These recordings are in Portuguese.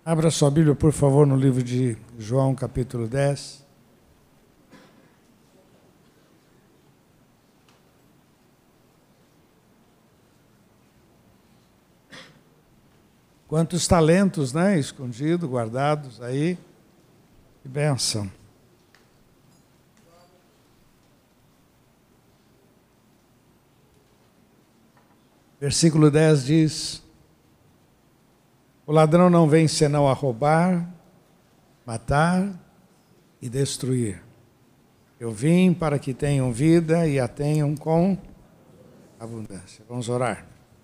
Abra sua Bíblia, por favor, no livro de João, capítulo 10. Quantos talentos, né? Escondidos, guardados aí. Que bênção. Versículo 10 diz: o ladrão não vem senão a roubar, matar e destruir. Eu vim para que tenham vida e a tenham com abundância. Vamos orar.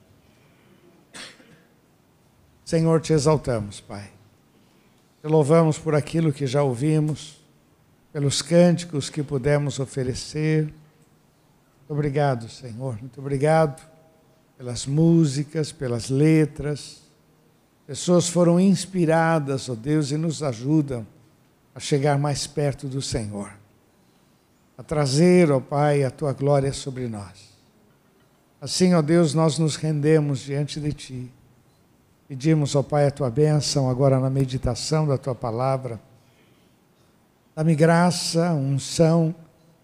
Senhor, te exaltamos, Pai. Te louvamos por aquilo que já ouvimos, pelos cânticos que pudemos oferecer. Muito obrigado, Senhor. Muito obrigado pelas músicas, pelas letras. Pessoas foram inspiradas, ó Deus, e nos ajudam a chegar mais perto do Senhor. A trazer, ó Pai, a Tua glória sobre nós. Assim, ó Deus, nós nos rendemos diante de Ti. Pedimos, ó Pai, a Tua bênção agora na meditação da Tua palavra. Dá-me graça, unção.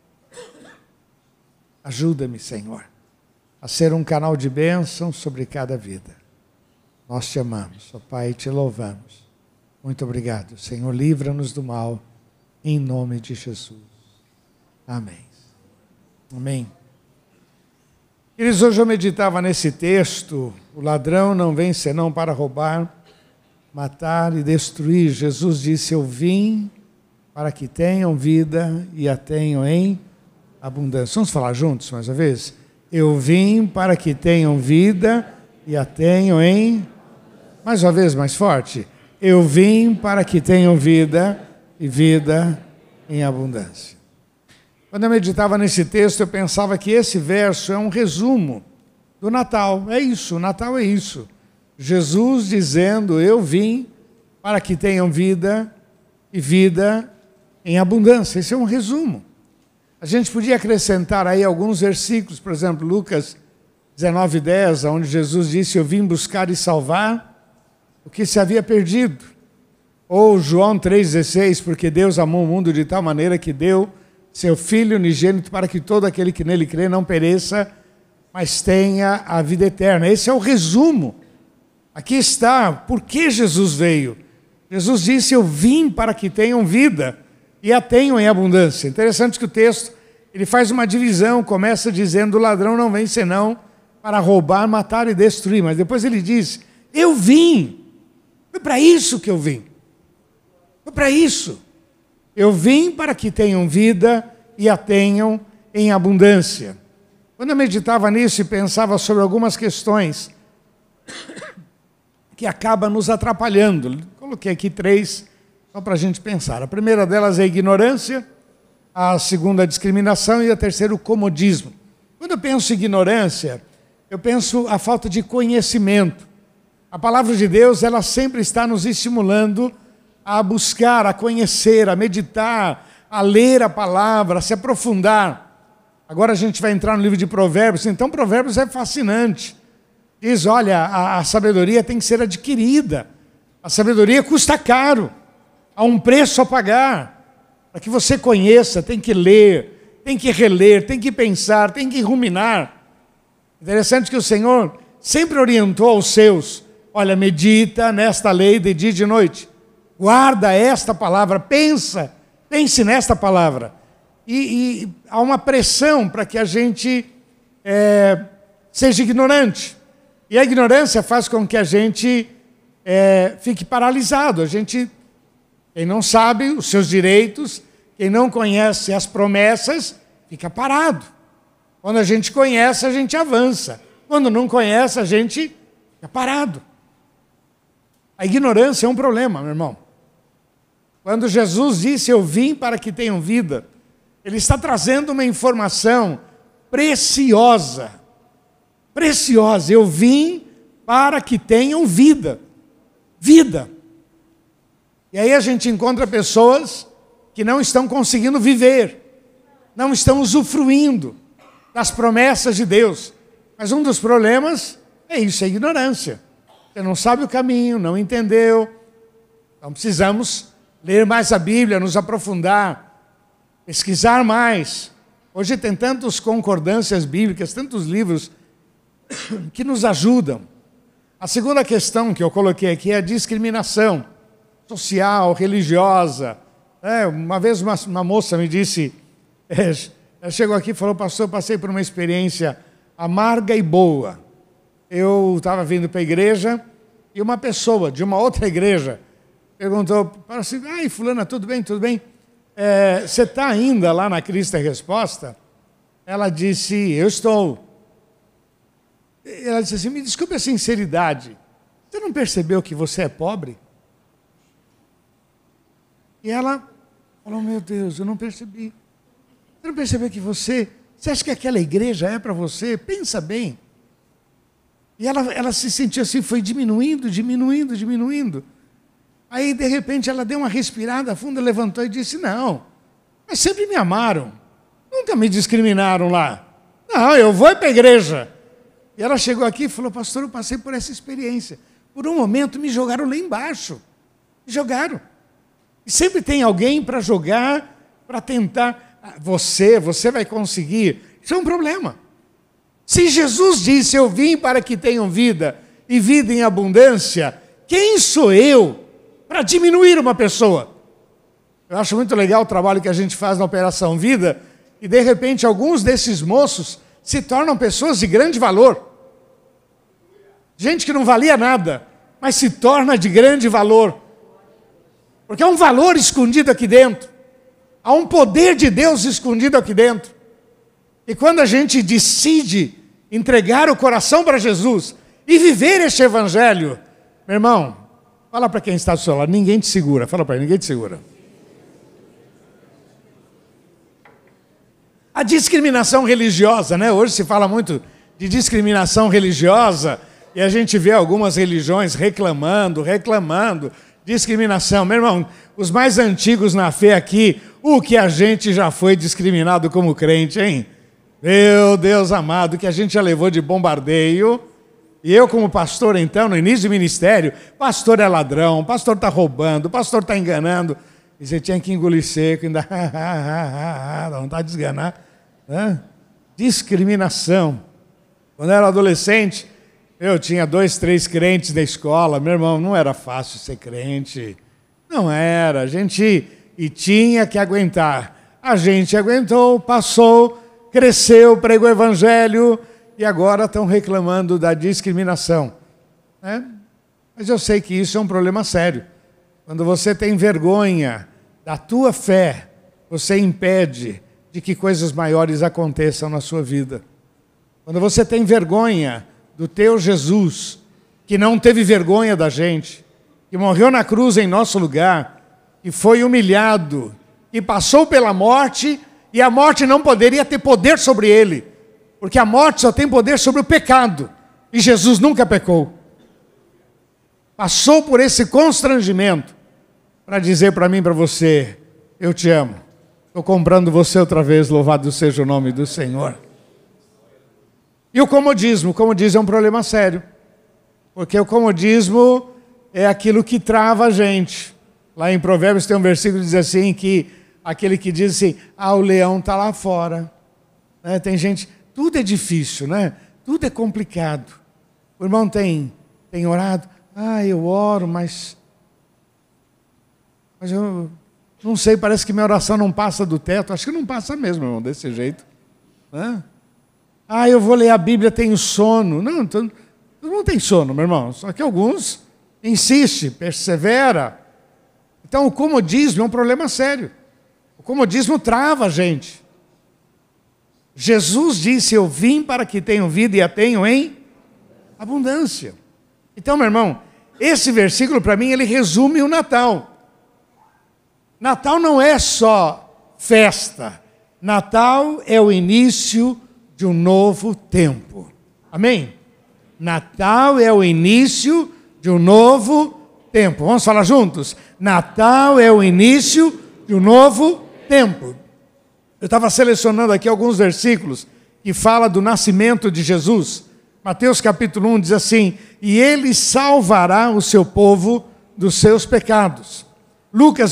Ajuda-me, Senhor, a ser um canal de bênção sobre cada vida. Nós te amamos, ó Pai, e te louvamos. Muito obrigado, Senhor. Livra-nos do mal, em nome de Jesus. Amém. Amém. Queridos, hoje eu meditava nesse texto: o ladrão não vem senão para roubar, matar e destruir. Jesus disse: eu vim para que tenham vida e a tenham em abundância. Vamos falar juntos mais uma vez? Eu vim para que tenham vida e a tenham em... Mais uma vez, mais forte. Eu vim para que tenham vida e vida em abundância. Quando eu meditava nesse texto, eu pensava que esse verso é um resumo do Natal. É isso, o Natal é isso. Jesus dizendo: eu vim para que tenham vida e vida em abundância. Esse é um resumo. A gente podia acrescentar aí alguns versículos, por exemplo, Lucas 19:10, onde Jesus disse: eu vim buscar e salvar o que se havia perdido. Ou João 3,16, porque Deus amou o mundo de tal maneira que deu seu Filho unigênito para que todo aquele que nele crê não pereça, mas tenha a vida eterna. Esse é o resumo. Aqui está por que Jesus veio. Jesus disse: eu vim para que tenham vida e a tenham em abundância. Interessante que o texto ele faz uma divisão, começa dizendo: o ladrão não vem senão para roubar, matar e destruir. Mas depois ele diz: eu vim. Foi para isso que eu vim. Foi para isso. Eu vim para que tenham vida e a tenham em abundância. Quando eu meditava nisso e pensava sobre algumas questões que acabam nos atrapalhando, coloquei aqui 3 só para a gente pensar. A primeira delas é a ignorância, a segunda a discriminação e a terceira o comodismo. Quando eu penso em ignorância, eu penso a falta de conhecimento. A palavra de Deus, ela sempre está nos estimulando a buscar, a conhecer, a meditar, a ler a palavra, a se aprofundar. Agora a gente vai entrar no livro de Provérbios. Então Provérbios é fascinante. Diz: olha, a sabedoria tem que ser adquirida. A sabedoria custa caro. Há um preço a pagar. Para que você conheça, tem que ler, tem que reler, tem que pensar, tem que ruminar. Interessante que o Senhor sempre orientou aos seus: olha, medita nesta lei de dia e de noite. Guarda esta palavra, pense nesta palavra. E há uma pressão para que a gente seja ignorante. E a ignorância faz com que a gente fique paralisado. Quem não sabe os seus direitos, quem não conhece as promessas, fica parado. Quando a gente conhece, a gente avança. Quando não conhece, a gente fica parado. A ignorância é um problema, meu irmão. Quando Jesus disse: eu vim para que tenham vida, Ele está trazendo uma informação preciosa. Preciosa. Eu vim para que tenham vida. Vida. E aí a gente encontra pessoas que não estão conseguindo viver, não estão usufruindo das promessas de Deus. Mas um dos problemas é isso, é a ignorância. Você não sabe o caminho, não entendeu. Então precisamos ler mais a Bíblia, nos aprofundar, pesquisar mais. Hoje tem tantas concordâncias bíblicas, tantos livros que nos ajudam. A segunda questão que eu coloquei aqui é a discriminação social, religiosa. Uma vez uma moça me disse, ela chegou aqui e falou, pastor, eu passei por uma experiência amarga e boa. Eu estava vindo para a igreja e uma pessoa de uma outra igreja perguntou, assim, ai, fulana, tudo bem, tudo bem? Você está ainda lá na Cristo é Resposta? Ela disse, eu estou. Ela disse assim, me desculpe a sinceridade, você não percebeu que você é pobre? E ela falou, meu Deus, eu não percebi. Você não percebeu que você acha que aquela igreja é para você? Pensa bem. E ela se sentiu assim, foi diminuindo. Aí, de repente, ela deu uma respirada funda, levantou e disse, não, mas sempre me amaram. Nunca me discriminaram lá. Não, eu vou para a igreja. E ela chegou aqui e falou, pastor, eu passei por essa experiência. Por um momento me jogaram lá embaixo. Me jogaram. E sempre tem alguém para jogar, para tentar. Você vai conseguir. Isso é um problema. Se Jesus disse, eu vim para que tenham vida e vida em abundância, quem sou eu para diminuir uma pessoa? Eu acho muito legal o trabalho que a gente faz na Operação Vida e, de repente, alguns desses moços se tornam pessoas de grande valor. Gente que não valia nada, mas se torna de grande valor. Porque há um valor escondido aqui dentro. Há um poder de Deus escondido aqui dentro. E quando a gente decide entregar o coração para Jesus e viver este evangelho, meu irmão, fala para quem está do seu lado, ninguém te segura. Fala para ele, ninguém te segura. A discriminação religiosa, né? Hoje se fala muito de discriminação religiosa e a gente vê algumas religiões reclamando, discriminação. Meu irmão, os mais antigos na fé aqui, o que a gente já foi discriminado como crente, hein? Meu Deus amado, que a gente já levou de bombardeio. E eu como pastor, então, no início do ministério, pastor é ladrão, pastor está roubando, pastor está enganando. E você tinha que engolir seco, ainda dá vontade de esganar. Discriminação. Quando eu era adolescente, eu tinha 2, 3 crentes da escola. Meu irmão, não era fácil ser crente. Não era. A gente tinha que aguentar. A gente aguentou, passou, cresceu, pregou o evangelho e agora estão reclamando da discriminação. Mas eu sei que isso é um problema sério. Quando você tem vergonha da tua fé, você impede de que coisas maiores aconteçam na sua vida. Quando você tem vergonha do teu Jesus, que não teve vergonha da gente, que morreu na cruz em nosso lugar, que foi humilhado, que passou pela morte, e a morte não poderia ter poder sobre ele, porque a morte só tem poder sobre o pecado, e Jesus nunca pecou. Passou por esse constrangimento para dizer para mim e para você, eu te amo, estou comprando você outra vez, louvado seja o nome do Senhor. E o comodismo é um problema sério, porque o comodismo é aquilo que trava a gente. Lá em Provérbios tem um versículo que diz assim, que aquele que diz assim, o leão está lá fora. Tem gente, tudo é difícil, né? Tudo é complicado. O irmão tem orado, eu oro, mas eu não sei, parece que minha oração não passa do teto. Acho que não passa mesmo, irmão, desse jeito. Eu vou ler a Bíblia, tenho sono. Não, todo mundo tem sono, meu irmão. Só que alguns insistem, persevera. Então o comodismo é um problema sério. O comodismo trava a gente. Jesus disse, eu vim para que tenham vida e a tenham em abundância. Então, meu irmão, esse versículo para mim, ele resume o Natal. Natal não é só festa. Natal é o início de um novo tempo. Amém? Natal é o início de um novo tempo. Vamos falar juntos? Natal é o início de um novo tempo. Eu estava selecionando aqui alguns versículos que falam do nascimento de Jesus. Mateus capítulo 1 diz assim, e ele salvará o seu povo dos seus pecados. Lucas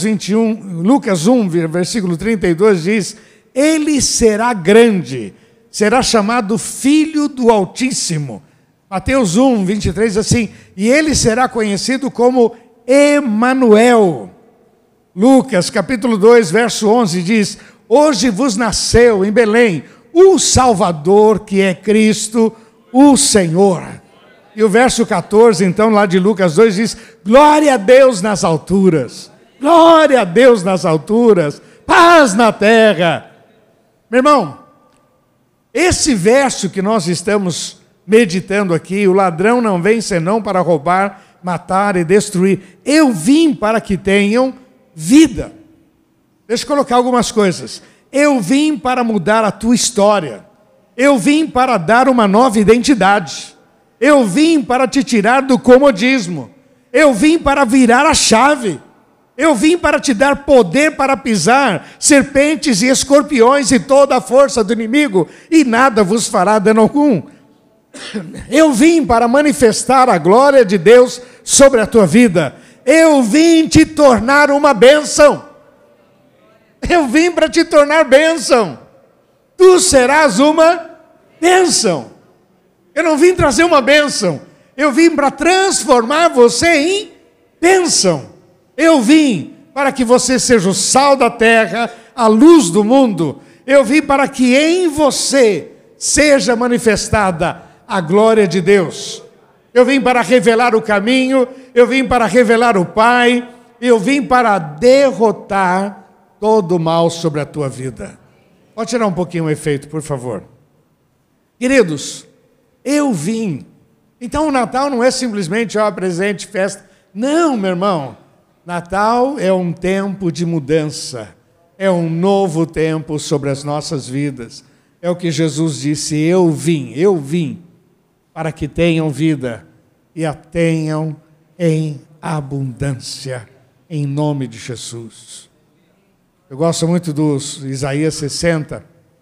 1, versículo 32 diz: ele será grande, será chamado Filho do Altíssimo. Mateus 1, 23 diz assim: e ele será conhecido como Emanuel. Lucas capítulo 2, verso 11 diz: hoje vos nasceu em Belém o Salvador, que é Cristo, o Senhor. E o verso 14, então, lá de Lucas 2 diz: glória a Deus nas alturas, glória a Deus nas alturas, paz na terra. Meu irmão, esse verso que nós estamos meditando aqui, o ladrão não vem senão para roubar, matar e destruir. Eu vim para que tenham vida. Deixa eu colocar algumas coisas. Eu vim para mudar a tua história. Eu vim para dar uma nova identidade. Eu vim para te tirar do comodismo. Eu vim para virar a chave. Eu vim para te dar poder para pisar serpentes e escorpiões e toda a força do inimigo, e nada vos fará dano algum. Eu vim para manifestar a glória de Deus sobre a tua vida. Eu vim te tornar uma bênção. Eu vim para te tornar bênção. Tu serás uma bênção. Eu não vim trazer uma bênção. Eu vim para transformar você em bênção. Eu vim para que você seja o sal da terra, a luz do mundo. Eu vim para que em você seja manifestada a glória de Deus. Eu vim para revelar o caminho, eu vim para revelar o Pai, eu vim para derrotar todo o mal sobre a tua vida. Pode tirar um pouquinho o efeito, por favor. Queridos, eu vim. Então o Natal não é simplesmente presente, festa. Não, meu irmão. Natal é um tempo de mudança. É um novo tempo sobre as nossas vidas. É o que Jesus disse: eu vim para que tenham vida e a tenham em abundância, em nome de Jesus. Eu gosto muito do Isaías 60,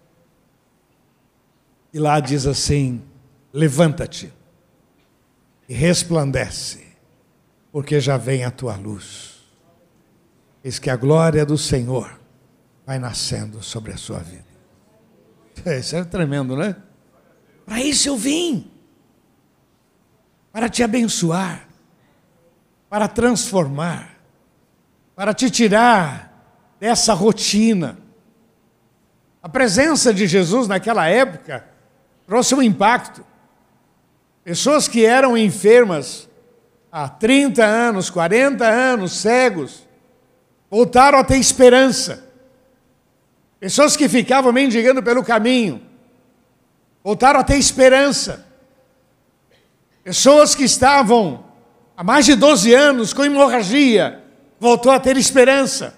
e lá diz assim: levanta-te e resplandece, porque já vem a tua luz. Eis que a glória do Senhor vai nascendo sobre a sua vida. Isso é tremendo, né? Para isso eu vim. Para te abençoar. Para transformar. Para te tirar dessa rotina. A presença de Jesus naquela época trouxe um impacto. Pessoas que eram enfermas há 30 anos, 40 anos, cegos, voltaram a ter esperança. Pessoas que ficavam mendigando pelo caminho, voltaram a ter esperança. Pessoas que estavam há mais de 12 anos com hemorragia, voltou a ter esperança.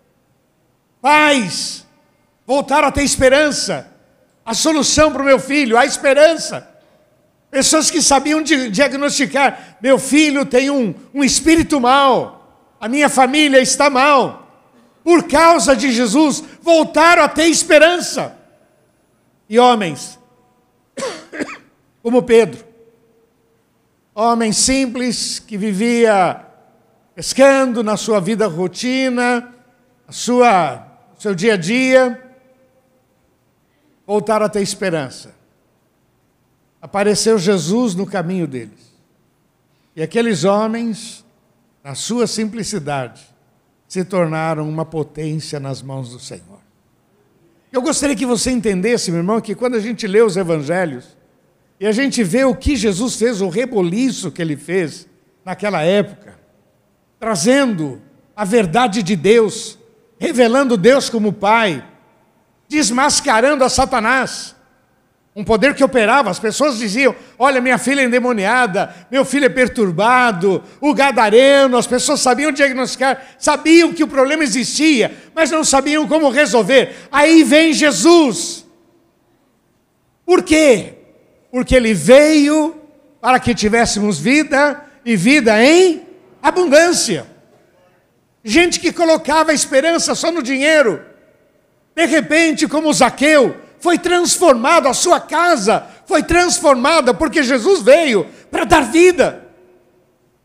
Pais voltaram a ter esperança. A solução para o meu filho, a esperança. Pessoas que sabiam diagnosticar: meu filho tem um espírito mau, a minha família está mal. Por causa de Jesus, voltaram a ter esperança. E homens, como Pedro, homem simples que vivia pescando na sua vida rotina, seu dia a dia, voltaram a ter esperança. Apareceu Jesus no caminho deles. E aqueles homens, na sua simplicidade, se tornaram uma potência nas mãos do Senhor. Eu gostaria que você entendesse, meu irmão, que quando a gente lê os evangelhos, e a gente vê o que Jesus fez, o reboliço que ele fez naquela época, trazendo a verdade de Deus, revelando Deus como Pai, desmascarando a Satanás, um poder que operava. As pessoas diziam: olha, minha filha é endemoniada, meu filho é perturbado, o gadareno. As pessoas sabiam diagnosticar, sabiam que o problema existia, mas não sabiam como resolver. Aí vem Jesus. Por quê? Porque ele veio para que tivéssemos vida, e vida em abundância. Gente que colocava a esperança só no dinheiro, de repente, como Zaqueu, foi transformado, a sua casa foi transformada, porque Jesus veio para dar vida.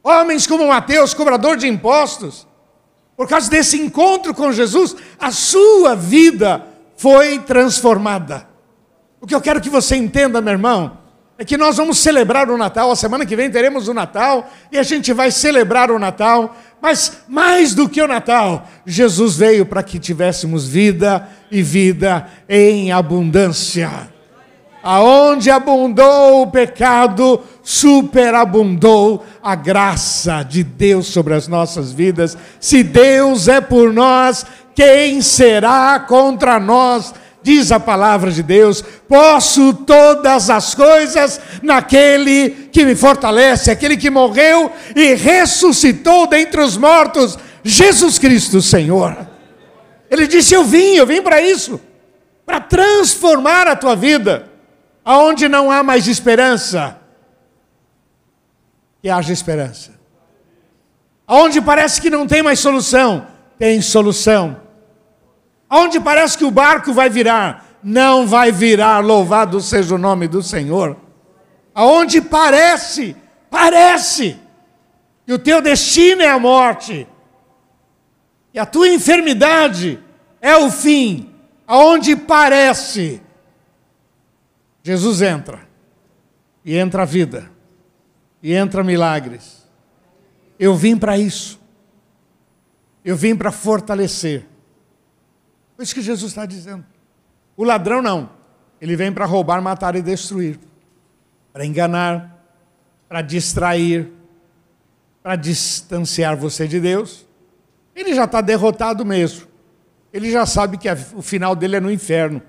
Homens como Mateus, cobrador de impostos, por causa desse encontro com Jesus, a sua vida foi transformada. O que eu quero que você entenda, meu irmão, é que nós vamos celebrar o Natal. A semana que vem teremos o Natal e a gente vai celebrar o Natal. Mas mais do que o Natal, Jesus veio para que tivéssemos vida e vida em abundância. Aonde abundou o pecado, superabundou a graça de Deus sobre as nossas vidas. Se Deus é por nós, quem será contra nós? Diz a palavra de Deus: posso todas as coisas naquele que me fortalece, aquele que morreu e ressuscitou dentre os mortos, Jesus Cristo, Senhor. Ele disse: eu vim para isso, para transformar a tua vida. Aonde não há mais esperança, que haja esperança. Aonde parece que não tem mais solução, tem solução. Aonde parece que o barco vai virar, não vai virar, louvado seja o nome do Senhor. Aonde parece que o teu destino é a morte, e a tua enfermidade é o fim, aonde parece, Jesus entra, e entra a vida, e entra milagres. Eu vim para isso, eu vim para fortalecer. É isso que Jesus está dizendo. O ladrão não, ele vem para roubar, matar e destruir, para enganar, para distrair, para distanciar você de Deus. Ele já está derrotado mesmo, ele já sabe que o final dele é no inferno.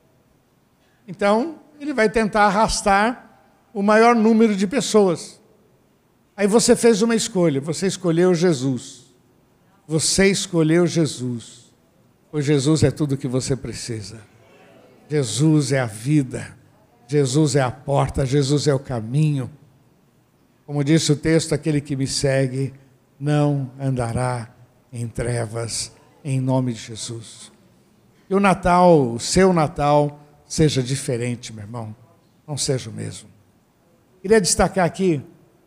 Então, ele vai tentar arrastar o maior número de pessoas. Aí você fez uma escolha, você escolheu Jesus. Você escolheu Jesus. Pois Jesus é tudo o que você precisa. Jesus é a vida. Jesus é a porta, Jesus é o caminho. Como disse o texto, aquele que me segue não andará em trevas, em nome de Jesus. E o Natal, o seu Natal, seja diferente, meu irmão, não seja o mesmo. Queria destacar aqui,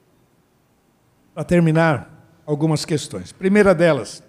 para terminar, algumas questões. Primeira delas,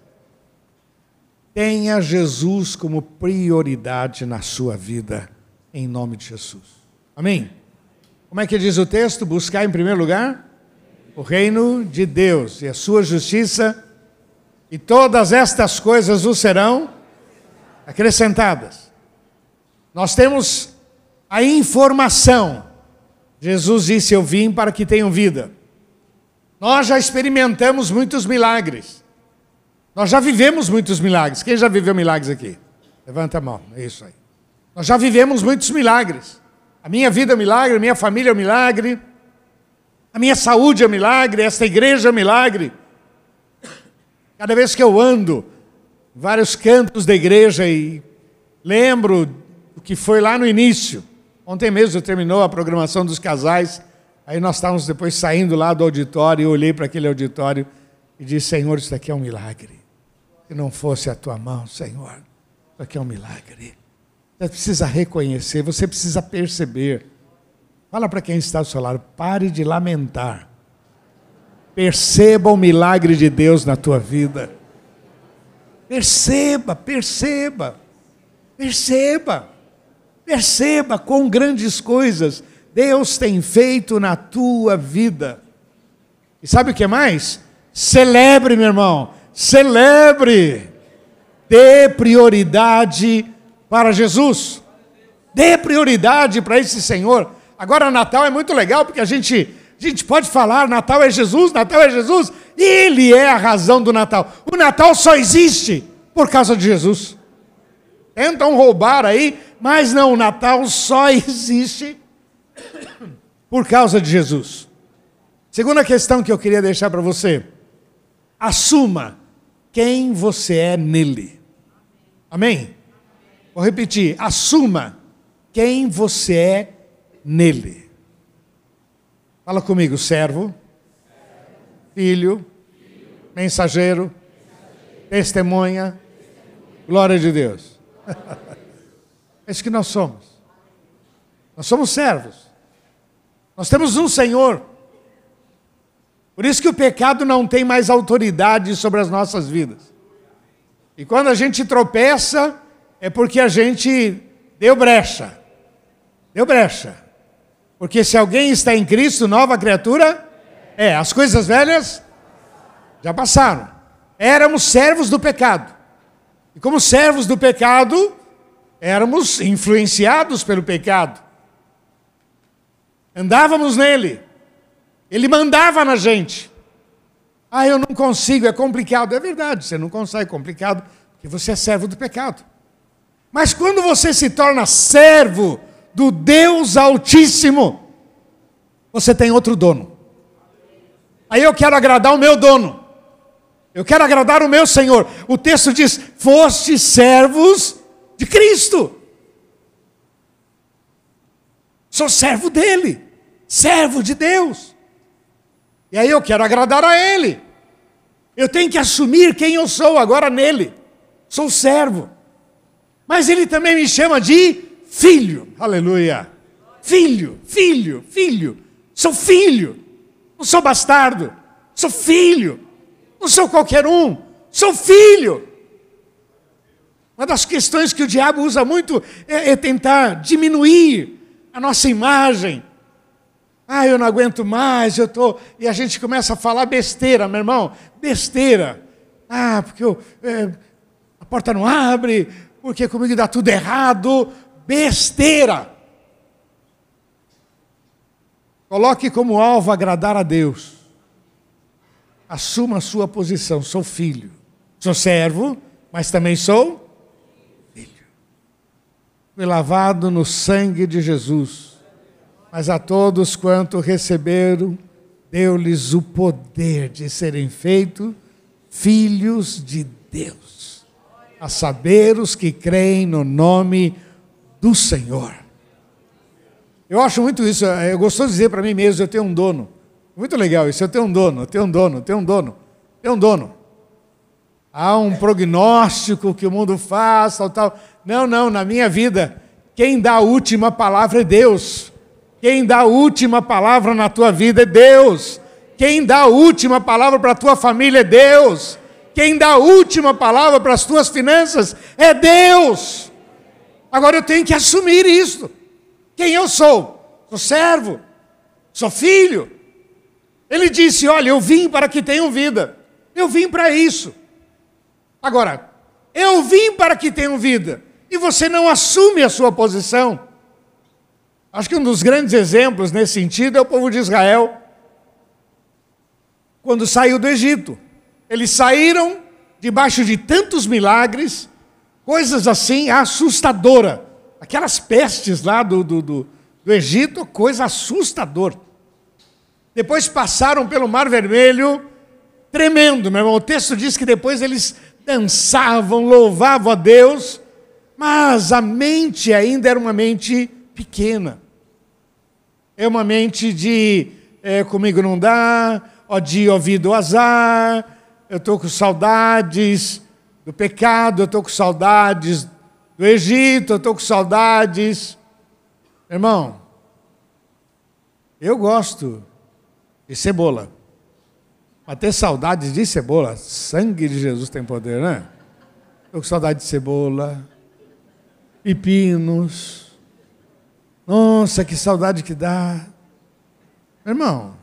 tenha Jesus como prioridade na sua vida, em nome de Jesus. Amém? Como é que diz o texto? Buscar em primeiro lugar o reino de Deus e a sua justiça, e todas estas coisas vos serão acrescentadas. Nós temos a informação. Jesus disse: eu vim para que tenham vida. Nós já experimentamos muitos milagres. Nós já vivemos muitos milagres. Quem já viveu milagres aqui? Levanta a mão, é isso aí. Nós já vivemos muitos milagres. A minha vida é um milagre, a minha família é um milagre, a minha saúde é um milagre, esta igreja é um milagre. Cada vez que eu ando em vários cantos da igreja e lembro o que foi lá no início. Ontem mesmo terminou a programação dos casais, aí nós estávamos depois saindo lá do auditório, e eu olhei para aquele auditório e disse: Senhor, isso daqui é um milagre. Se não fosse a tua mão, Senhor, isso aqui é um milagre. Você precisa reconhecer, você precisa perceber. Fala para quem está ao seu lado: pare de lamentar. Perceba o milagre de Deus na tua vida. Perceba, perceba, perceba. Perceba quão grandes coisas Deus tem feito na tua vida. E sabe o que mais? Celebre, meu irmão, celebre. Dê prioridade para Jesus. Dê prioridade para esse Senhor. Agora, Natal é muito legal, porque a gente pode falar: Natal é Jesus, Natal é Jesus. Ele é a razão do Natal. O Natal só existe por causa de Jesus. Tentam roubar aí, mas não, o Natal só existe por causa de Jesus. Segunda questão que eu queria deixar para você: assuma quem você é nele. Amém? Vou repetir: assuma quem você é nele. Fala comigo: servo, filho, mensageiro, testemunha, glória de Deus. É isso que nós somos. Nós somos servos. Nós temos um Senhor. Por isso que o pecado não tem mais autoridade sobre as nossas vidas. E quando a gente tropeça, é porque a gente deu brecha. Deu brecha. Porque se alguém está em Cristo, nova criatura, as coisas velhas já passaram. Éramos servos do pecado. E como servos do pecado, éramos influenciados pelo pecado. Andávamos nele. Ele mandava na gente. Eu não consigo, é complicado. É verdade, você não consegue, é complicado, porque você é servo do pecado. Mas quando você se torna servo do Deus Altíssimo, você tem outro dono. Aí eu quero agradar o meu dono. Eu quero agradar o meu Senhor. O texto diz, foste servos de Cristo. Sou servo dele, servo de Deus. E aí eu quero agradar a Ele. Eu tenho que assumir quem eu sou agora nele. Sou servo. Mas Ele também me chama de filho. Aleluia. Filho, filho, filho. Sou filho. Não sou bastardo. Sou filho. Não sou qualquer um. Sou filho. Uma das questões que o diabo usa muito é tentar diminuir a nossa imagem. Eu não aguento mais, E a gente começa a falar besteira, meu irmão. Besteira. Porque a porta não abre, porque comigo dá tudo errado. Besteira. Coloque como alvo agradar a Deus. Assuma a sua posição. Sou filho. Sou servo, mas também sou filho. Fui lavado no sangue de Jesus. Mas a todos quanto receberam, deu-lhes o poder de serem feitos filhos de Deus. A saber, os que creem no nome do Senhor. Eu acho muito isso, eu gosto de dizer para mim mesmo, eu tenho um dono. Muito legal isso, eu tenho um dono, eu tenho um dono, eu tenho um dono. Eu tenho um dono. Há um prognóstico que o mundo faz, tal. Não, na minha vida, quem dá a última palavra é Deus. Quem dá a última palavra na tua vida é Deus. Quem dá a última palavra para a tua família é Deus. Quem dá a última palavra para as tuas finanças é Deus. Agora eu tenho que assumir isso. Quem eu sou? Sou servo. Sou filho. Ele disse, olha, eu vim para que tenham vida. Eu vim para isso. Agora, eu vim para que tenham vida. E você não assume a sua posição. Acho que um dos grandes exemplos nesse sentido é o povo de Israel, quando saiu do Egito. Eles saíram debaixo de tantos milagres, coisas assim assustadoras. Aquelas pestes lá do Egito, coisa assustadora. Depois passaram pelo Mar Vermelho, tremendo, meu irmão. O texto diz que depois eles dançavam, louvavam a Deus, mas a mente ainda era uma mente pequena. É uma mente de comigo não dá, de ouvido azar, eu estou com saudades do pecado, eu estou com saudades do Egito, eu estou com saudades. Irmão, eu gosto de cebola. Mas ter saudades de cebola, sangue de Jesus tem poder, né? Estou com saudade de cebola, pepinos. Nossa, que saudade que dá. Irmão,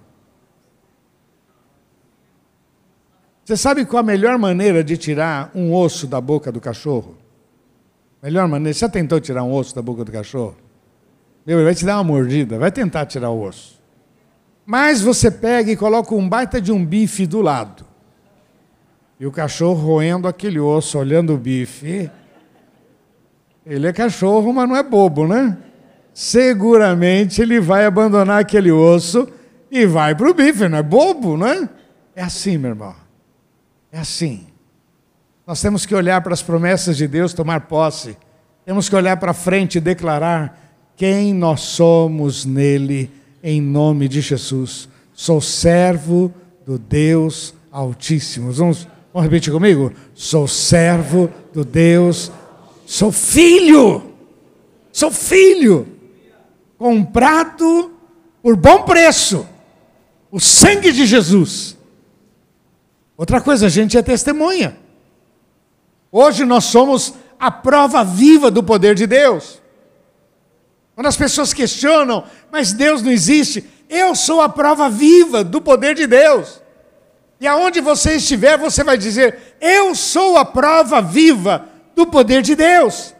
você sabe qual a melhor maneira de tirar um osso da boca do cachorro? Melhor maneira, você já tentou tirar um osso da boca do cachorro? Ele vai te dar uma mordida, vai tentar tirar o osso. Mas você pega e coloca um baita de um bife do lado. E o cachorro roendo aquele osso, olhando o bife. Ele é cachorro, mas não é bobo, né? Seguramente ele vai abandonar aquele osso e vai para o bife, não é bobo, não é? É assim, meu irmão. É assim. Nós temos que olhar para as promessas de Deus, tomar posse. Temos que olhar para frente e declarar quem nós somos nele, em nome de Jesus. Sou servo do Deus Altíssimo. Vamos repetir comigo? Sou servo do Deus. Sou filho. Sou filho. Comprado por bom preço. O sangue de Jesus. Outra coisa, a gente é testemunha. Hoje nós somos a prova viva do poder de Deus. Quando as pessoas questionam, mas Deus não existe, eu sou a prova viva do poder de Deus. E aonde você estiver, você vai dizer, eu sou a prova viva do poder de Deus.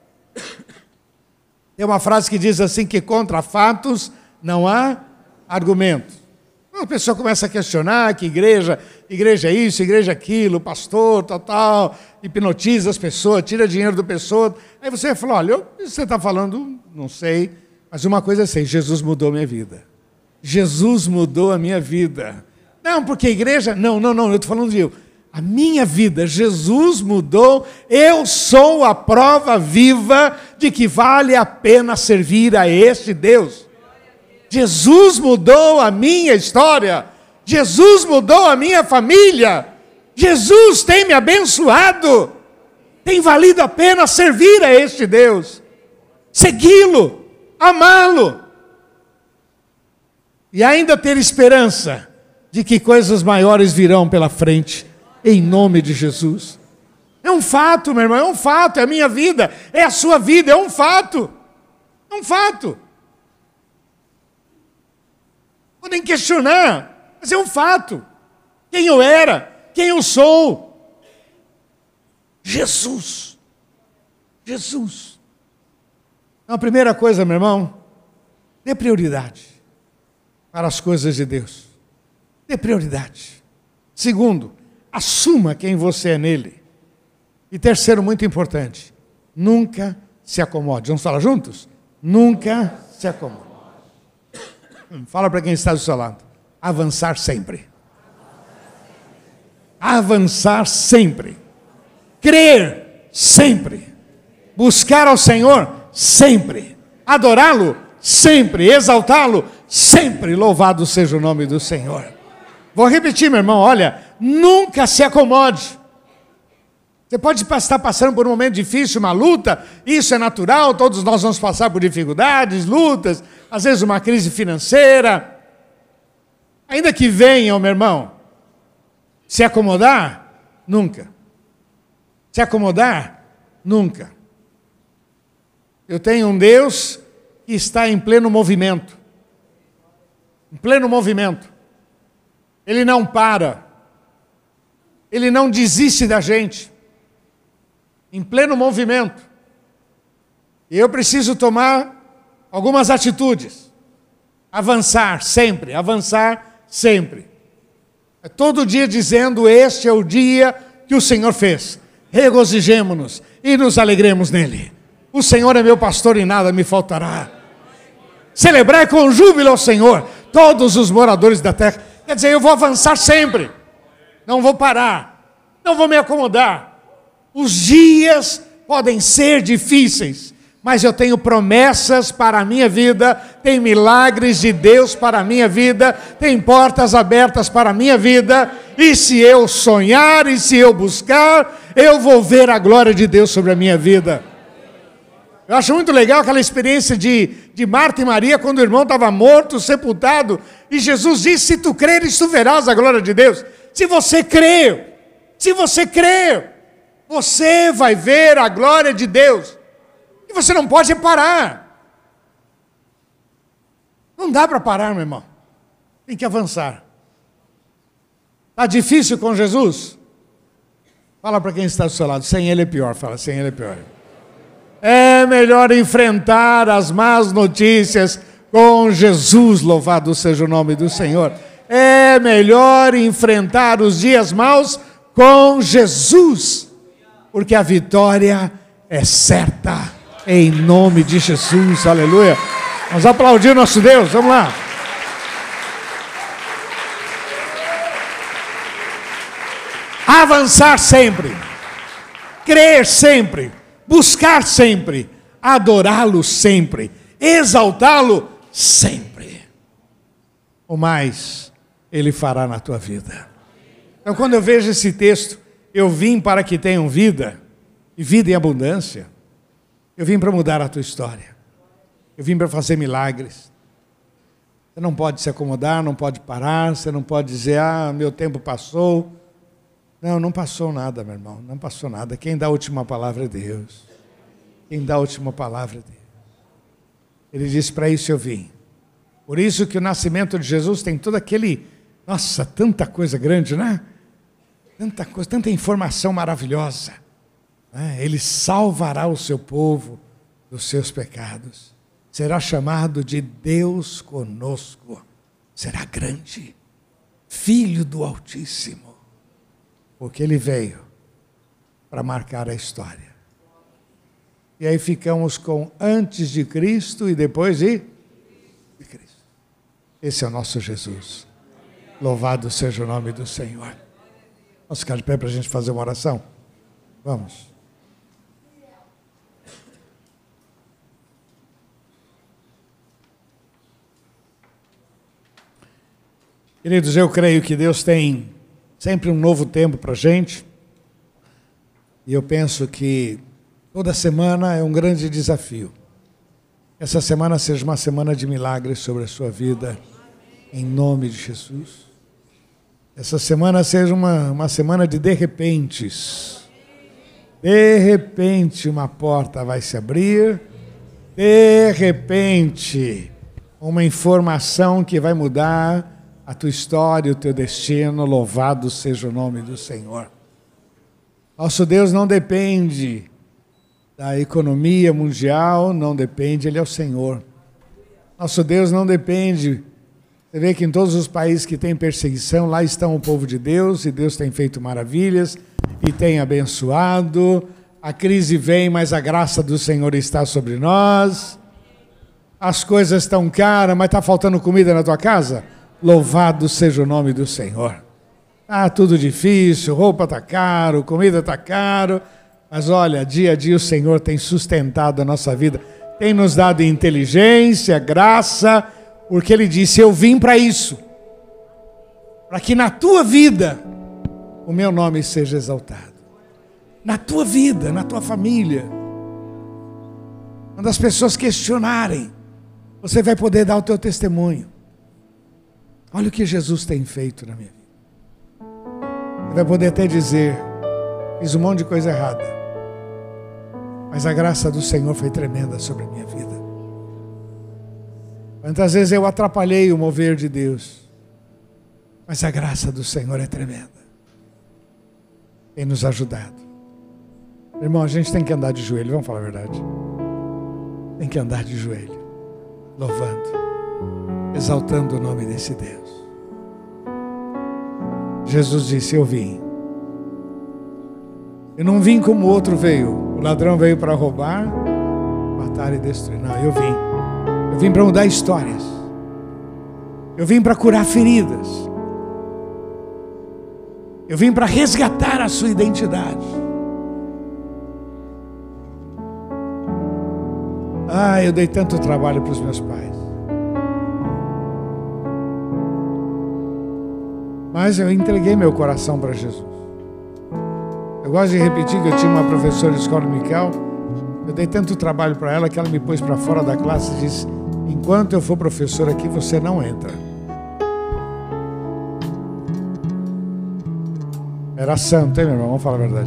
Tem uma frase que diz assim, que contra fatos não há argumento. A pessoa começa a questionar que igreja é isso, igreja é aquilo, pastor, tal, hipnotiza as pessoas, tira dinheiro da pessoa. Aí você fala, olha, você está falando, não sei, mas uma coisa é sei, Jesus mudou minha vida. Jesus mudou a minha vida. Não, porque a igreja, não, eu estou falando de eu. A minha vida, Jesus mudou, eu sou a prova viva de que vale a pena servir a este Deus. Jesus mudou a minha história, Jesus mudou a minha família, Jesus tem me abençoado, tem valido a pena servir a este Deus, segui-lo, amá-lo, e ainda ter esperança de que coisas maiores virão pela frente, em nome de Jesus. É um fato, meu irmão, é um fato, é a minha vida, é a sua vida, é um fato, é um fato. Podem questionar, mas é um fato. Quem eu era, quem eu sou. Jesus. Jesus. Então, a primeira coisa, meu irmão, dê prioridade para as coisas de Deus. Dê prioridade. Segundo, assuma quem você é nele. E terceiro, muito importante, nunca se acomode. Vamos falar juntos? Nunca se acomode. Fala para quem está do seu lado. Avançar sempre. Avançar sempre. Crer sempre. Buscar ao Senhor sempre. Adorá-lo sempre. Exaltá-lo sempre. Louvado seja o nome do Senhor. Vou repetir, meu irmão, olha, nunca se acomode. Você pode estar passando por um momento difícil, uma luta, isso é natural, todos nós vamos passar por dificuldades, lutas, às vezes uma crise financeira. Ainda que venha, meu irmão, se acomodar, nunca. Se acomodar, nunca. Eu tenho um Deus que está em pleno movimento. Em pleno movimento. Ele não para. Ele não desiste da gente. Em pleno movimento. E eu preciso tomar algumas atitudes. Avançar sempre, avançar sempre. É todo dia dizendo, este é o dia que o Senhor fez. Regozijemo-nos e nos alegremos nele. O Senhor é meu pastor e nada me faltará. Celebrai com júbilo ao Senhor, todos os moradores da terra. Quer dizer, eu vou avançar sempre. Não vou parar. Não vou me acomodar. Os dias podem ser difíceis, mas eu tenho promessas para a minha vida, tem milagres de Deus para a minha vida, tem portas abertas para a minha vida, e se eu sonhar, e se eu buscar, eu vou ver a glória de Deus sobre a minha vida. Eu acho muito legal aquela experiência de Marta e Maria, quando o irmão estava morto, sepultado, e Jesus disse, se tu creres, tu verás a glória de Deus. Se você crer, você vai ver a glória de Deus. E você não pode parar. Não dá para parar, meu irmão. Tem que avançar. Está difícil com Jesus? Fala para quem está do seu lado. Sem ele é pior. Fala, sem ele é pior. É melhor enfrentar as más notícias com Jesus. Louvado seja o nome do Senhor. É melhor enfrentar os dias maus com Jesus. Porque a vitória é certa, em nome de Jesus, aleluia. Vamos aplaudir o nosso Deus, vamos lá. Avançar sempre, crer sempre, buscar sempre, adorá-lo sempre, exaltá-lo sempre. O mais Ele fará na tua vida. Então, quando eu vejo esse texto, eu vim para que tenham vida, e vida em abundância. Eu vim para mudar a tua história. Eu vim para fazer milagres. Você não pode se acomodar, não pode parar, você não pode dizer, meu tempo passou. Não, não passou nada, meu irmão, não passou nada. Quem dá a última palavra é Deus. Quem dá a última palavra é Deus. Ele disse, para isso eu vim. Por isso que o nascimento de Jesus tem todo aquele, nossa, tanta coisa grande, né? Tanta coisa, tanta informação maravilhosa. Ele salvará o seu povo dos seus pecados. Será chamado de Deus conosco. Será grande. Filho do Altíssimo. Porque ele veio para marcar a história. E aí ficamos com antes de Cristo e depois de Cristo. Esse é o nosso Jesus. Louvado seja o nome do Senhor. Vamos ficar de pé para a gente fazer uma oração? Vamos. Queridos, eu creio que Deus tem sempre um novo tempo para a gente. E eu penso que toda semana é um grande desafio. Essa semana seja uma semana de milagres sobre a sua vida, em nome de Jesus. Essa semana seja uma semana de repentes. De repente uma porta vai se abrir. De repente uma informação que vai mudar a tua história, o teu destino. Louvado seja o nome do Senhor. Nosso Deus não depende da economia mundial, não depende, Ele é o Senhor. Nosso Deus não depende. Você vê que em todos os países que tem perseguição, lá estão o povo de Deus, e Deus tem feito maravilhas, e tem abençoado. A crise vem, mas a graça do Senhor está sobre nós. As coisas estão caras, mas está faltando comida na tua casa? Louvado seja o nome do Senhor. Está tudo difícil, roupa está caro, comida está caro, mas olha, dia a dia o Senhor tem sustentado a nossa vida, tem nos dado inteligência, graça, porque Ele disse, eu vim para isso, para que na tua vida o meu nome seja exaltado. Na tua vida, na tua família. Quando as pessoas questionarem, você vai poder dar o teu testemunho. Olha o que Jesus tem feito na minha vida. Você vai poder até dizer, fiz um monte de coisa errada, mas a graça do Senhor foi tremenda sobre a minha vida. Quantas vezes eu atrapalhei o mover de Deus, mas a graça do Senhor é tremenda. Tem nos ajudado. Irmão, a gente tem que andar de joelho, vamos falar a verdade. Tem que andar de joelho, louvando, exaltando o nome desse Deus. Jesus disse, eu vim. Eu não vim como o outro veio. O ladrão veio para roubar, matar e destruir. Não, eu vim. Eu vim para mudar histórias. Eu vim para curar feridas. Eu vim para resgatar a sua identidade. Eu dei tanto trabalho para os meus pais. Mas eu entreguei meu coração para Jesus. Eu gosto de repetir que eu tinha uma professora de escola dominical. Eu dei tanto trabalho para ela que ela me pôs para fora da classe e disse, enquanto eu for professor aqui, você não entra. Era santo, hein, meu irmão? Vamos falar a verdade.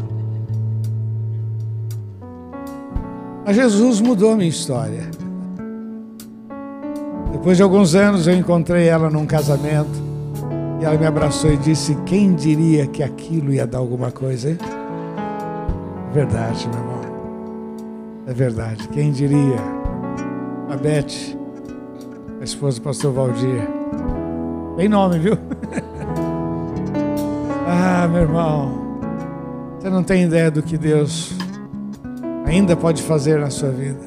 Mas Jesus mudou a minha história. Depois de alguns anos eu encontrei ela num casamento. E ela me abraçou e disse, quem diria que aquilo ia dar alguma coisa, hein? É verdade, meu irmão. É verdade. Quem diria? A Beth, a esposa do pastor Valdir. Tem nome, viu? Meu irmão. Você não tem ideia do que Deus ainda pode fazer na sua vida.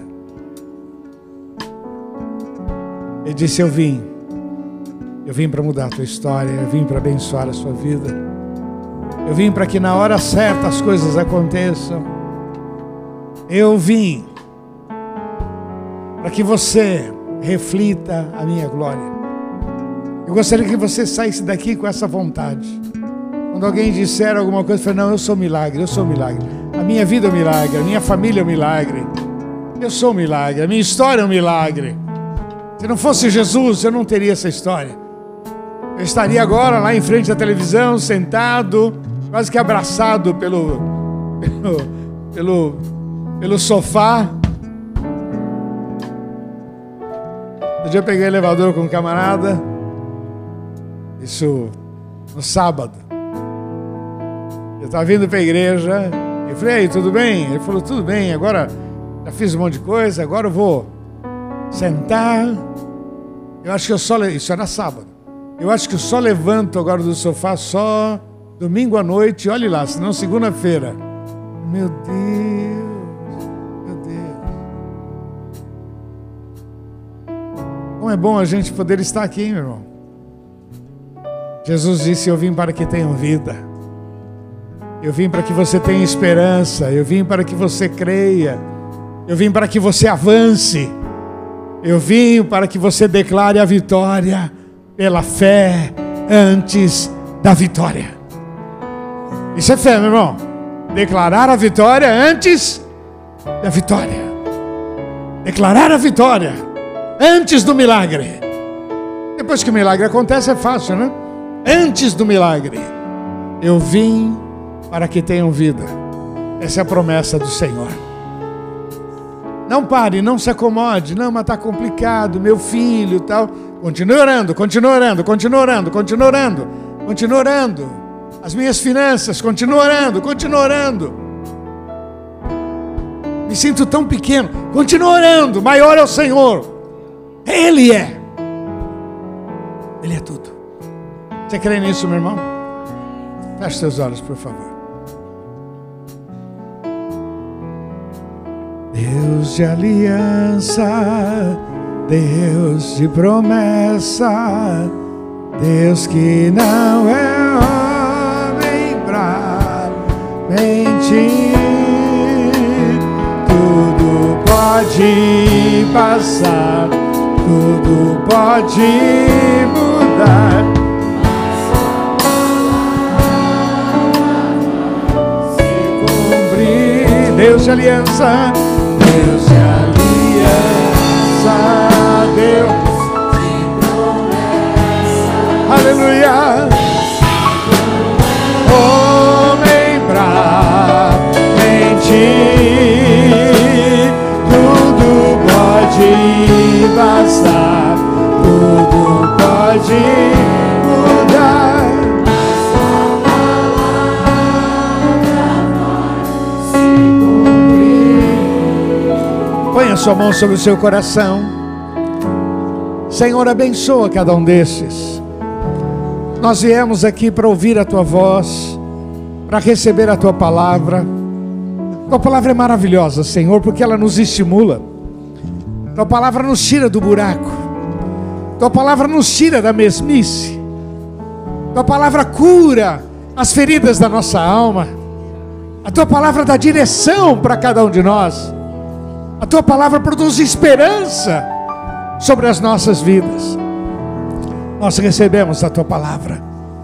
Ele disse, eu vim para mudar a tua história, eu vim para abençoar a sua vida, eu vim para que na hora certa as coisas aconteçam, eu vim para que você reflita a minha glória. Eu gostaria que você saísse daqui com essa vontade. Quando alguém disser alguma coisa, eu falei, não, eu sou milagre, eu sou milagre. A minha vida é um milagre, a minha família é um milagre. Eu sou um milagre, a minha história é um milagre. Se não fosse Jesus, eu não teria essa história. Eu estaria agora lá em frente à televisão, sentado, quase que abraçado pelo sofá. Um dia eu peguei o elevador com um camarada, isso no sábado. Eu estava vindo para a igreja, eu falei, aí, tudo bem? Ele falou, tudo bem, agora já fiz um monte de coisa, agora eu vou sentar. Eu acho que eu só, isso era sábado, eu acho que eu só levanto agora do sofá só domingo à noite, olhe lá, senão segunda-feira. Meu Deus, meu Deus. Como é bom a gente poder estar aqui, meu irmão. Jesus disse, eu vim para que tenham vida. Eu vim para que você tenha esperança. Eu vim para que você creia. Eu vim para que você avance. Eu vim para que você declare a vitória pela fé antes da vitória. Isso é fé, meu irmão. Declarar a vitória antes da vitória. Declarar a vitória antes do milagre. Depois que o milagre acontece é fácil, né? Antes do milagre. Eu vim para que tenham vida. Essa é a promessa do Senhor. Não pare, não se acomode. Não, mas está complicado, meu filho, tal. Continue orando, continue orando, continue orando, continue orando, continue orando. As minhas finanças, continue orando, continue orando. Me sinto tão pequeno, continue orando. Maior é o Senhor. Ele é. Ele é tudo. Você crê nisso, meu irmão? Feche seus olhos, por favor. Deus de aliança, Deus de promessa, Deus que não é homem pra mentir. Tudo pode passar, tudo pode mudar. Se cumprir, Deus de aliança, Deus de aliança, Deus de promessa, aleluia. Homem pra mentir, tudo pode passar, tudo pode mudar. Põe a sua mão sobre o seu coração. Senhor, abençoa cada um desses. Nós viemos aqui para ouvir a Tua voz, para receber a Tua palavra. Tua palavra é maravilhosa, Senhor, porque ela nos estimula. Tua palavra nos tira do buraco. Tua palavra nos tira da mesmice. Tua palavra cura as feridas da nossa alma. A Tua palavra dá direção para cada um de nós. A Tua palavra produz esperança sobre as nossas vidas. Nós recebemos a Tua palavra.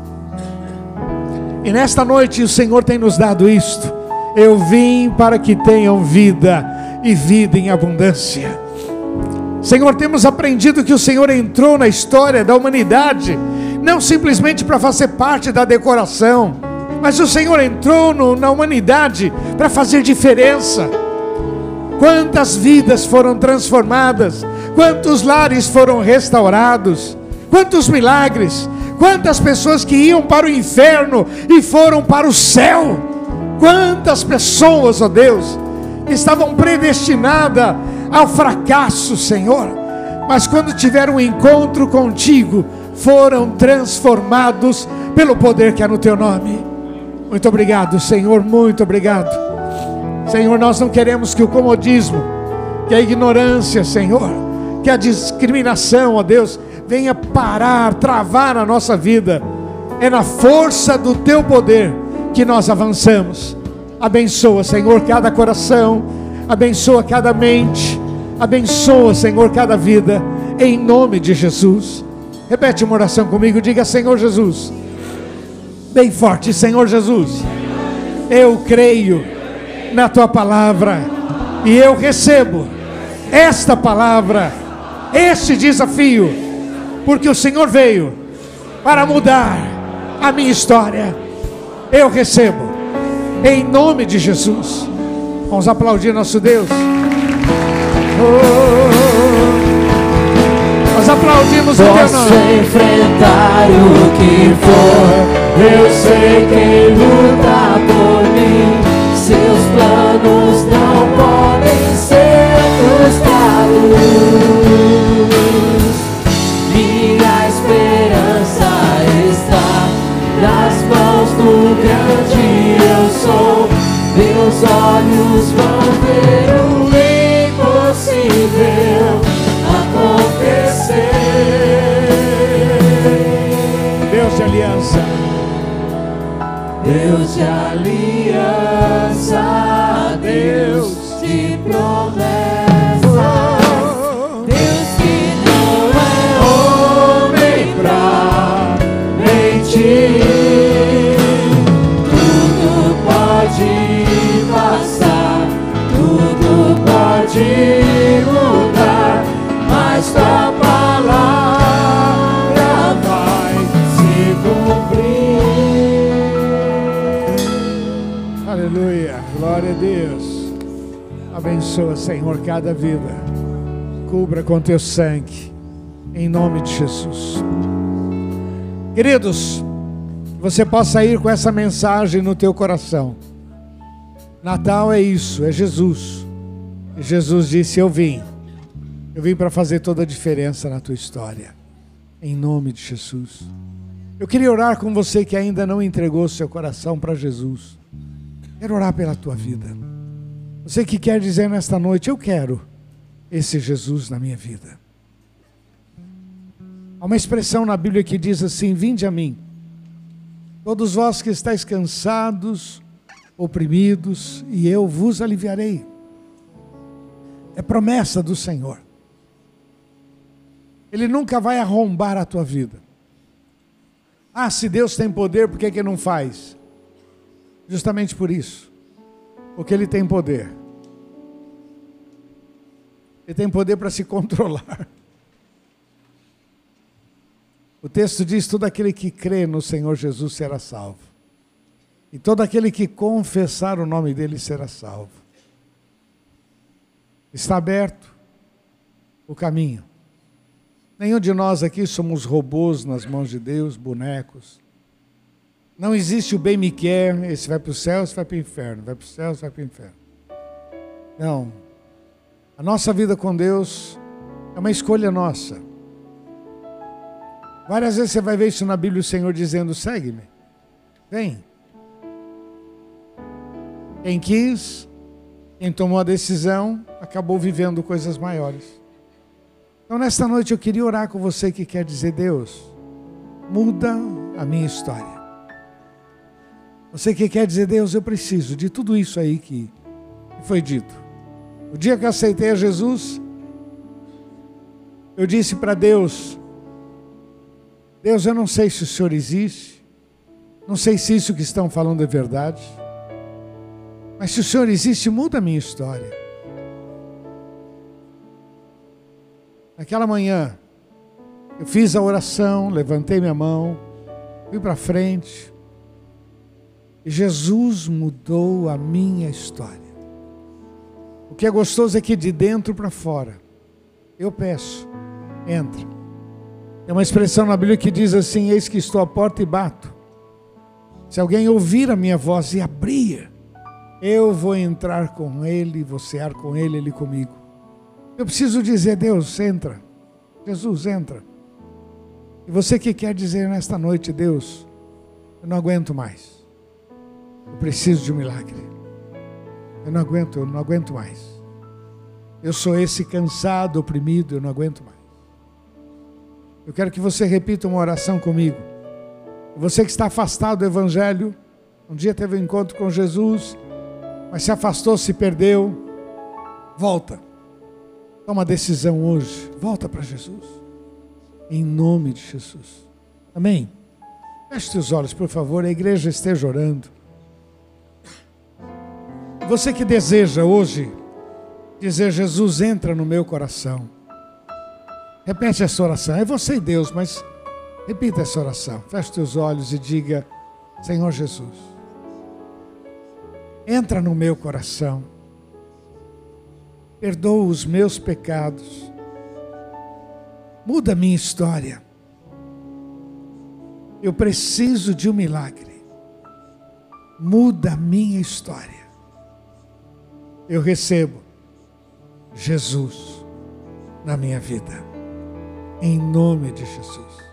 E nesta noite o Senhor tem nos dado isto. Eu vim para que tenham vida e vida em abundância. Senhor, temos aprendido que o Senhor entrou na história da humanidade, não simplesmente para fazer parte da decoração, mas o Senhor entrou na humanidade para fazer diferença. Quantas vidas foram transformadas, quantos lares foram restaurados, quantos milagres, quantas pessoas que iam para o inferno e foram para o céu, quantas pessoas, ó Deus, estavam predestinadas ao fracasso, Senhor, mas quando tiveram um encontro contigo, foram transformados pelo poder que há no Teu nome. Muito obrigado, Senhor, muito obrigado. Senhor, nós não queremos que o comodismo, que a ignorância, Senhor, que a discriminação, ó Deus, venha parar, travar a nossa vida. É na força do Teu poder que nós avançamos. Abençoa, Senhor, cada coração, abençoa cada mente, abençoa, Senhor, cada vida, em nome de Jesus. Repete uma oração comigo, diga: Senhor Jesus, bem forte, Senhor Jesus, eu creio na Tua palavra e eu recebo esta palavra esse desafio, porque o Senhor veio para mudar a minha história. Eu recebo, em nome de Jesus. Vamos aplaudir nosso Deus. Nós aplaudimos o teu nome. Posso enfrentar o que for, eu sei quem luta por mim. Seus planos não podem ser frustrados. Minha esperança está nas mãos do grande eu sou. Meus olhos vão ver o impossível acontecer. Deus de aliança, Deus de aliança, Deus de promessa, Deus que não é homem pra mentir. Tudo pode passar, tudo pode mudar, mas tua palavra vai se cumprir. aleluia, glória a Deus. Abençoa, Senhor, cada vida, cubra com teu sangue, em nome de Jesus. Queridos, que você possa ir com essa mensagem no teu coração. Natal é isso, é Jesus. E Jesus disse: eu vim para fazer toda a diferença na tua história, em nome de Jesus. Eu queria orar com você que ainda não entregou seu coração para Jesus. Quero orar pela tua vida. Você que quer dizer nesta noite: eu quero esse Jesus na minha vida. Há uma expressão na Bíblia que diz assim: vinde a mim, todos vós que estáis cansados, oprimidos, e eu vos aliviarei. É promessa do Senhor. Ele nunca vai arrombar a tua vida. Ah, se Deus tem poder, por que que não faz? Justamente por isso. Porque Ele tem poder. Ele tem poder para se controlar. O texto diz: todo aquele que crê no Senhor Jesus será salvo. E todo aquele que confessar o nome dele será salvo. Está aberto o caminho. Nenhum de nós aqui somos robôs nas mãos de Deus, bonecos. Não existe o bem me quer, esse vai para o céu, esse vai para o inferno, vai para o céu, esse vai para o inferno. Não. A nossa vida com Deus é uma escolha nossa. Várias vezes você vai ver isso na Bíblia, o Senhor dizendo: segue-me, vem. Quem quis, quem tomou a decisão, acabou vivendo coisas maiores. Então nesta noite eu queria orar com você que quer dizer: Deus, muda a minha história. Você que quer dizer: Deus, eu preciso de tudo isso aí que foi dito. O dia que eu aceitei a Jesus, eu disse para Deus: Deus, eu não sei se o Senhor existe, não sei se isso que estão falando é verdade, mas se o Senhor existe, muda a minha história. Naquela manhã, eu fiz a oração, levantei minha mão, fui para frente, e Jesus mudou a minha história. O que é gostoso é que de dentro para fora, eu peço, entra. Tem uma expressão na Bíblia que diz assim: eis que estou à porta e bato. Se alguém ouvir a minha voz e abrir, eu vou entrar com ele, vou cear com ele, ele comigo. Eu preciso dizer: Deus, entra. Jesus, entra. E você que quer dizer nesta noite: Deus, eu não aguento mais. Eu preciso de um milagre. Eu não aguento mais. Eu sou esse cansado, oprimido, eu não aguento mais. Eu quero que você repita uma oração comigo. Você que está afastado do Evangelho, um dia teve um encontro com Jesus, mas se afastou, se perdeu, volta. Toma uma decisão hoje, volta para Jesus. Em nome de Jesus. Amém? Feche seus olhos, por favor, a igreja esteja orando. Você que deseja hoje dizer: Jesus, entra no meu coração. Repete essa oração. É você e Deus, mas repita essa oração. Feche teus olhos e diga: Senhor Jesus, entra no meu coração, perdoa os meus pecados, muda a minha história. Eu preciso de um milagre. Muda a minha história. Eu recebo Jesus na minha vida. Em nome de Jesus.